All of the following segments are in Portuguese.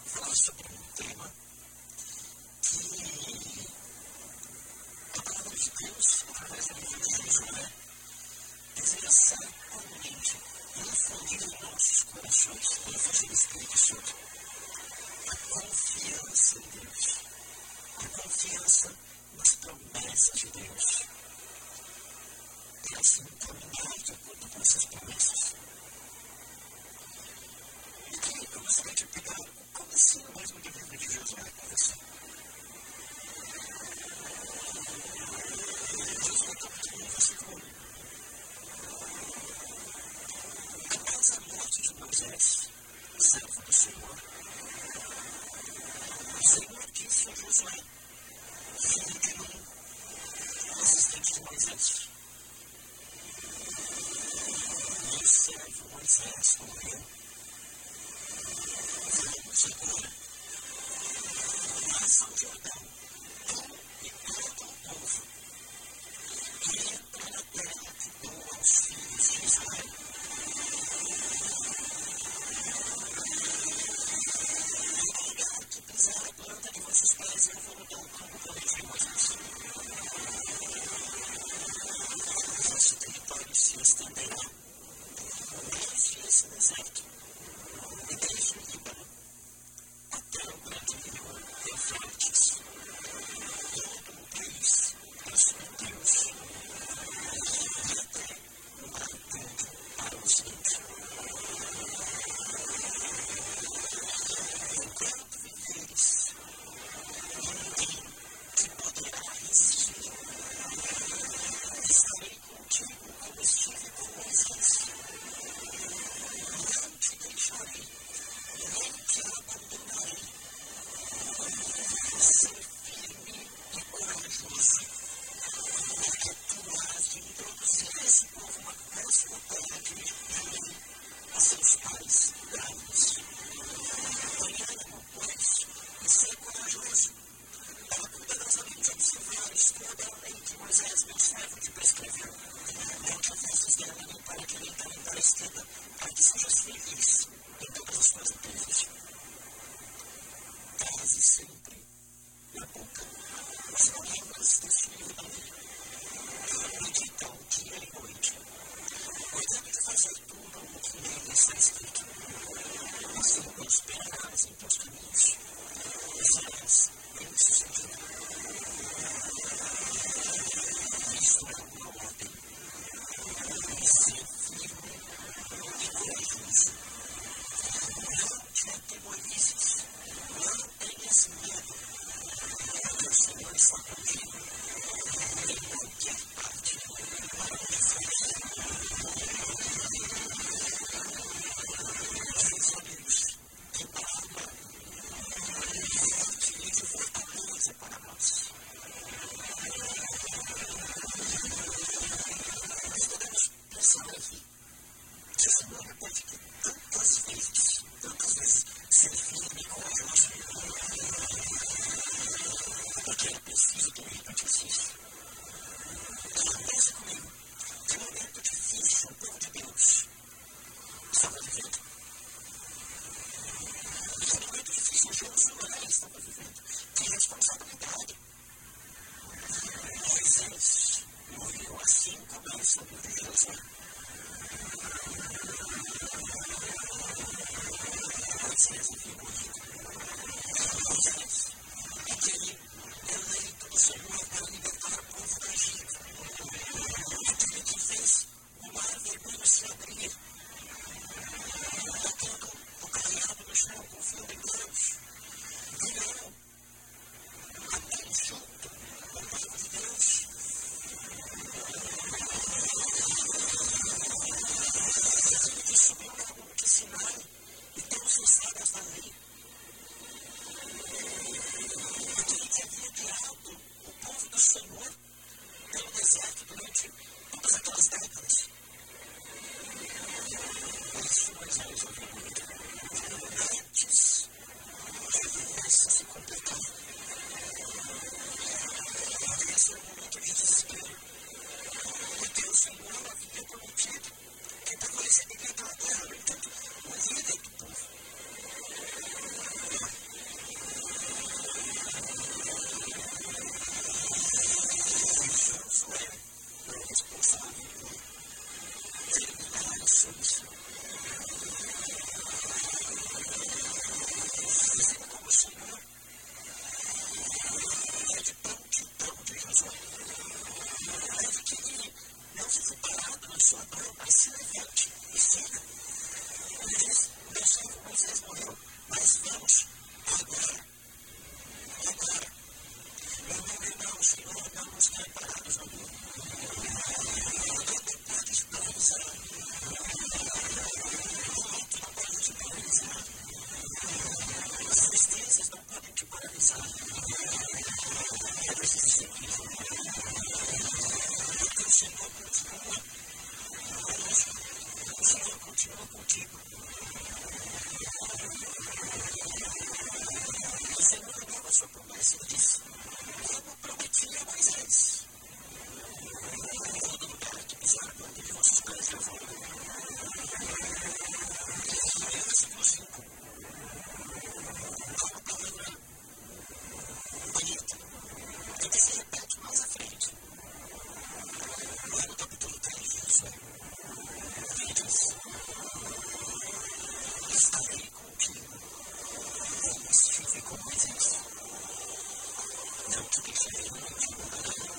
falar sobre um tema que a palavra de Deus, através do livro de Josué, deveria certamente infundir em nossos corações ênfase do Espírito Santo. A confiança em Deus, a confiança nas promessas de Deus. E assim caminhar de acordo com essas promessas. E que eu gostaria de pegar o comecinho mesmo do livro de Josué com você. Josué capítulo 1, versículo 1. Após a morte de Moisés, servo do Senhor, o Senhor disse a Josué, filho de Nun, assistente de Moisés: meu servo Moisés morreu. Vamos agora, passa ao Jordão, tu e todo o povo, e entra na terra que dou aos filhos de Israel. No lugar que pisar a planta de vossos pés, eu vou dar como prometi a Moisés. Vosso território se estenderá desde esse deserto, e desde o Líbano até o grande rio Eufrates. Todo o país é sobre Deus, e até o mar todo para o ocidente. Enquanto viveres, ninguém te poderá resistir. Estarei contigo como estive com Moisés. Não te deixarei, nem te abandonarei. Ser firme e corajoso, porque tu has de introduzir esse povo na sua terra que jurei a seus pais dar-lhes. Ânimo, pois, e ser corajoso, para cuidadosamente observares toda a lei que Moisés, meu servo, te prescreveu. Não te afastes dela nem para a direita nem para a esquerda, para que sejas feliz em todas as tuas empresas. Traze sempre na boca as palavras desse livro da lei. Meditam dia e noite, cuidando de fazer tudo o que nele está escrito. Assim prosperarás em teus caminhos e serás bem-sucedido. Isto é uma ordem. Ser firme e corajoso. Não te atemorizes, não tenhas medo, porque o Senhor está contigo. Em qualquer parte para onde fores. Diz a Deus que barba forte e de fortaleza para nós. Nós podemos pensar aqui que o Senhor não pode tantas vezes ser firme e corajoso, porque é preciso que eu repetisse isso. Pensa comigo, que momento difícil o povo de Deus estava vivendo. Que momento difícil Josué estava vivendo. Que responsabilidade. Moisés morreu, assim começa o livro de Josué. Moisés havia morrido. Moisés, aquele eleito do Senhor para libertar o povo do Egito. Aquele que fez o mar vermelho se abrir, batendo o cajado no chão, confiando em Deus. Virou até junto o povo de Deus. Aquele que subiu ao monte Sinai e trouxe as tábuas da lei. Aquele que havia guiado o povo do Senhor pelo deserto durante todas aquelas décadas. Isso Moisés havia morrido antes que a promessa se completar. Havia sido um momento de desespero, porque o Senhor havia prometido que por ele receberia aquela terra. No entanto, o líder do povo Mas vamos agora. Não, Senhor, não nos quer parados no mundo. Não pode te paralisar. O medo não pode te paralisar. As tristezas não podem te paralisar. É preciso seguir. Porque o Senhor continua conosco. O Senhor continua contigo. O Senhor deu a sua promessa e disse: como prometi a Moisés, todo lugar que pisar a planta de vossos pés eu vou. E no versículo 5, há uma palavra bonita, que se repete mais à frente. Lá no capítulo 3 de Josué, ele diz: estarei contigo, como estive com Moisés. Não te deixarei nem te abandonarei.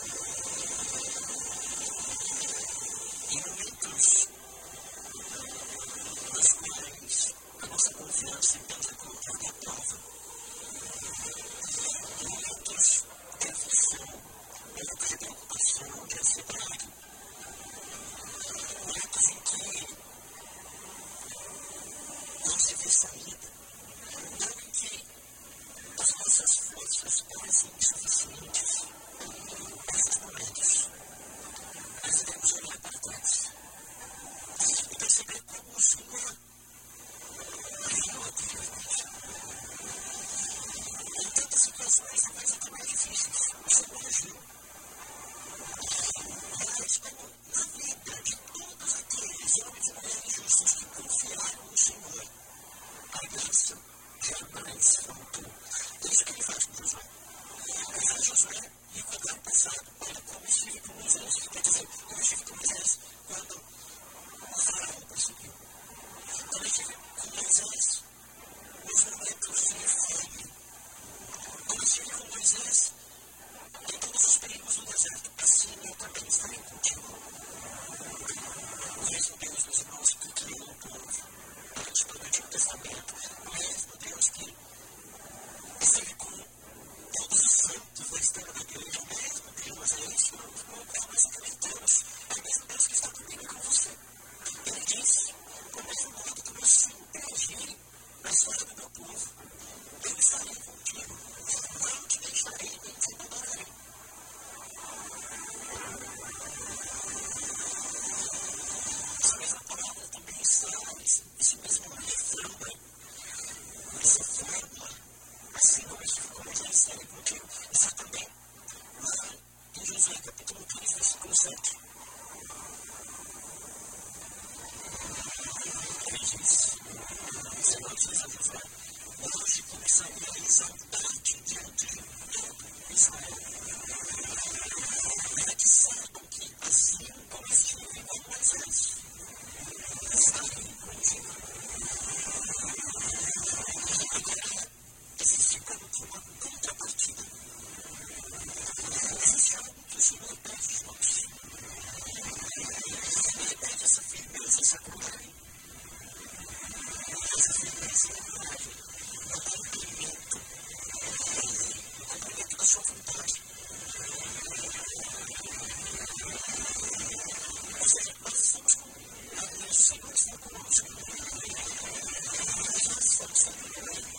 Em momentos nos quais a nossa confiança em Deus é colocada à prova, em momentos de aflição, momentos de preocupação, de ansiedade, momentos em que não se vê saída, ou em que as nossas forças parecem insuficientes. Nesses momentos, nós devemos olhar para trás e perceber como o Senhor agiu anteriormente. Em tantas situações, talvez até mais difíceis, o Senhor agiu. Mas como na vida de todos aqueles homens e mulheres justos que confiaram no Senhor, a graça jamais faltou. É isso que ele faz com Josué. Ele faz Josué recordar o passado. Olha como estive com Moisés. Quer dizer, como estive com Moisés quando o faraó perseguiu. Quando estive com Moisés nos momentos de fome. Quando estive com Moisés em todos os perigos do deserto. Assim eu também estarei contigo. O mesmo Deus, meus irmãos, que criou o povo antes do Antigo Testamento. O mesmo Deus que esteve com todos os santos da história da igreja, o mesmo Deus, é isso, nós acreditamos, é o mesmo Deus que está comigo e com você. Ele disse, do mesmo modo que eu sempre agi na história do meu povo, eu estarei contigo, não te deixarei nem te abandonarei. Essa mesma palavra também está nesse mesmo refrão, nessa fórmula. Assim como estive com Moisés, estarei contigo. Está também lá em Josué, capítulo 15, versículo 7. Ele diz, o Senhor diz a Josué: hoje começarei a exaltar-te diante de todo Israel, para que saibam que, assim como estive com Moisés, estarei contigo. Agora, existe como que uma contrapartida. Existe algo que o Senhor pede, irmãos. Ele pede essa firmeza, essa coragem. Essa firmeza e a coragem no cumprimento da sua vontade. Ou seja, nós estamos com o Senhor está conosco. Nós estamos sempre com Ele.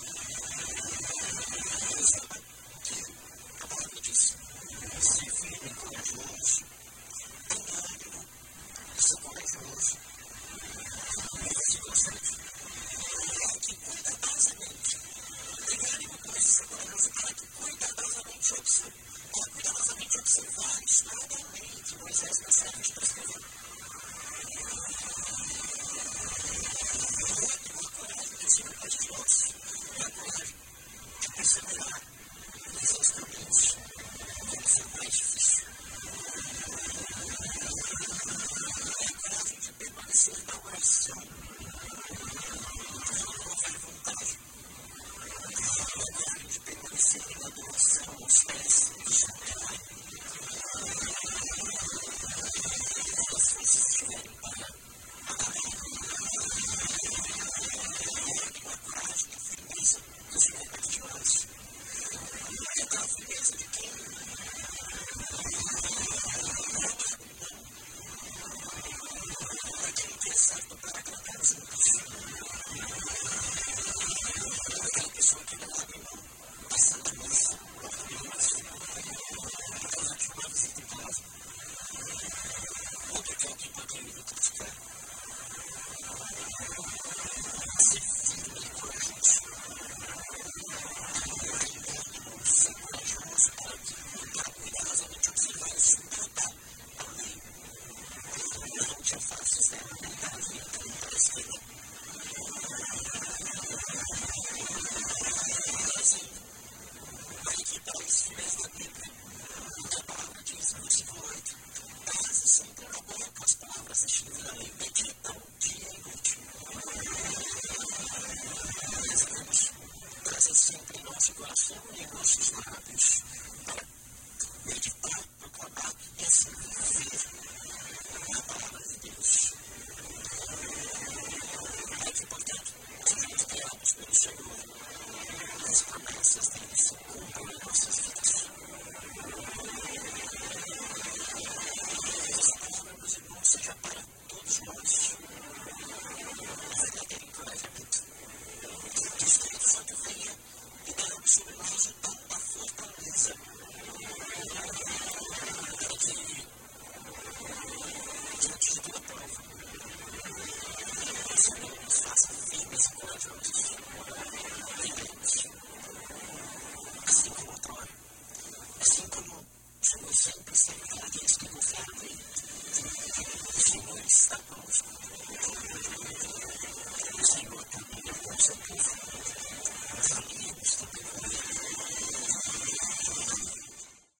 A palavra diz: se firme e corajoso, tenha ânimo, seja corajoso. No versículo 7, para que cuidadosamente, tenha ânimo, pois, seja corajoso, para que cuidadosamente observares toda a lei que Moisés, meu servo, te prescreveu. A coragem que o Senhor pede de nós é a coragem de perseverar nos seus caminhos, quando for mais difícil. É a coragem de permanecer na oração, não houver vontade. É a coragem de permanecer na adoração aos pés do Senhor. Quando as coisas estiverem para acabar, a coragem, a nosso coração e em nossos lábios para meditar, proclamar e assim viver a palavra de Deus. É que, portanto, sejamos guiados pelo Senhor, as promessas dele se cumpram em nossas vidas. Essa palavra, meus irmãos, seja para todos nós um verdadeiro encorajamento. Que o Espírito Santo venha e derrame sobre nós o dom da fortaleza para que, diante de toda prova, o Senhor nos faça firmes e corajosos, vivemos, assim como outrora, assim como o Senhor sempre esteve com aqueles que confiaram nele. O Senhor está conosco. O Senhor caminha com o seu povo. Os amigos também com ele.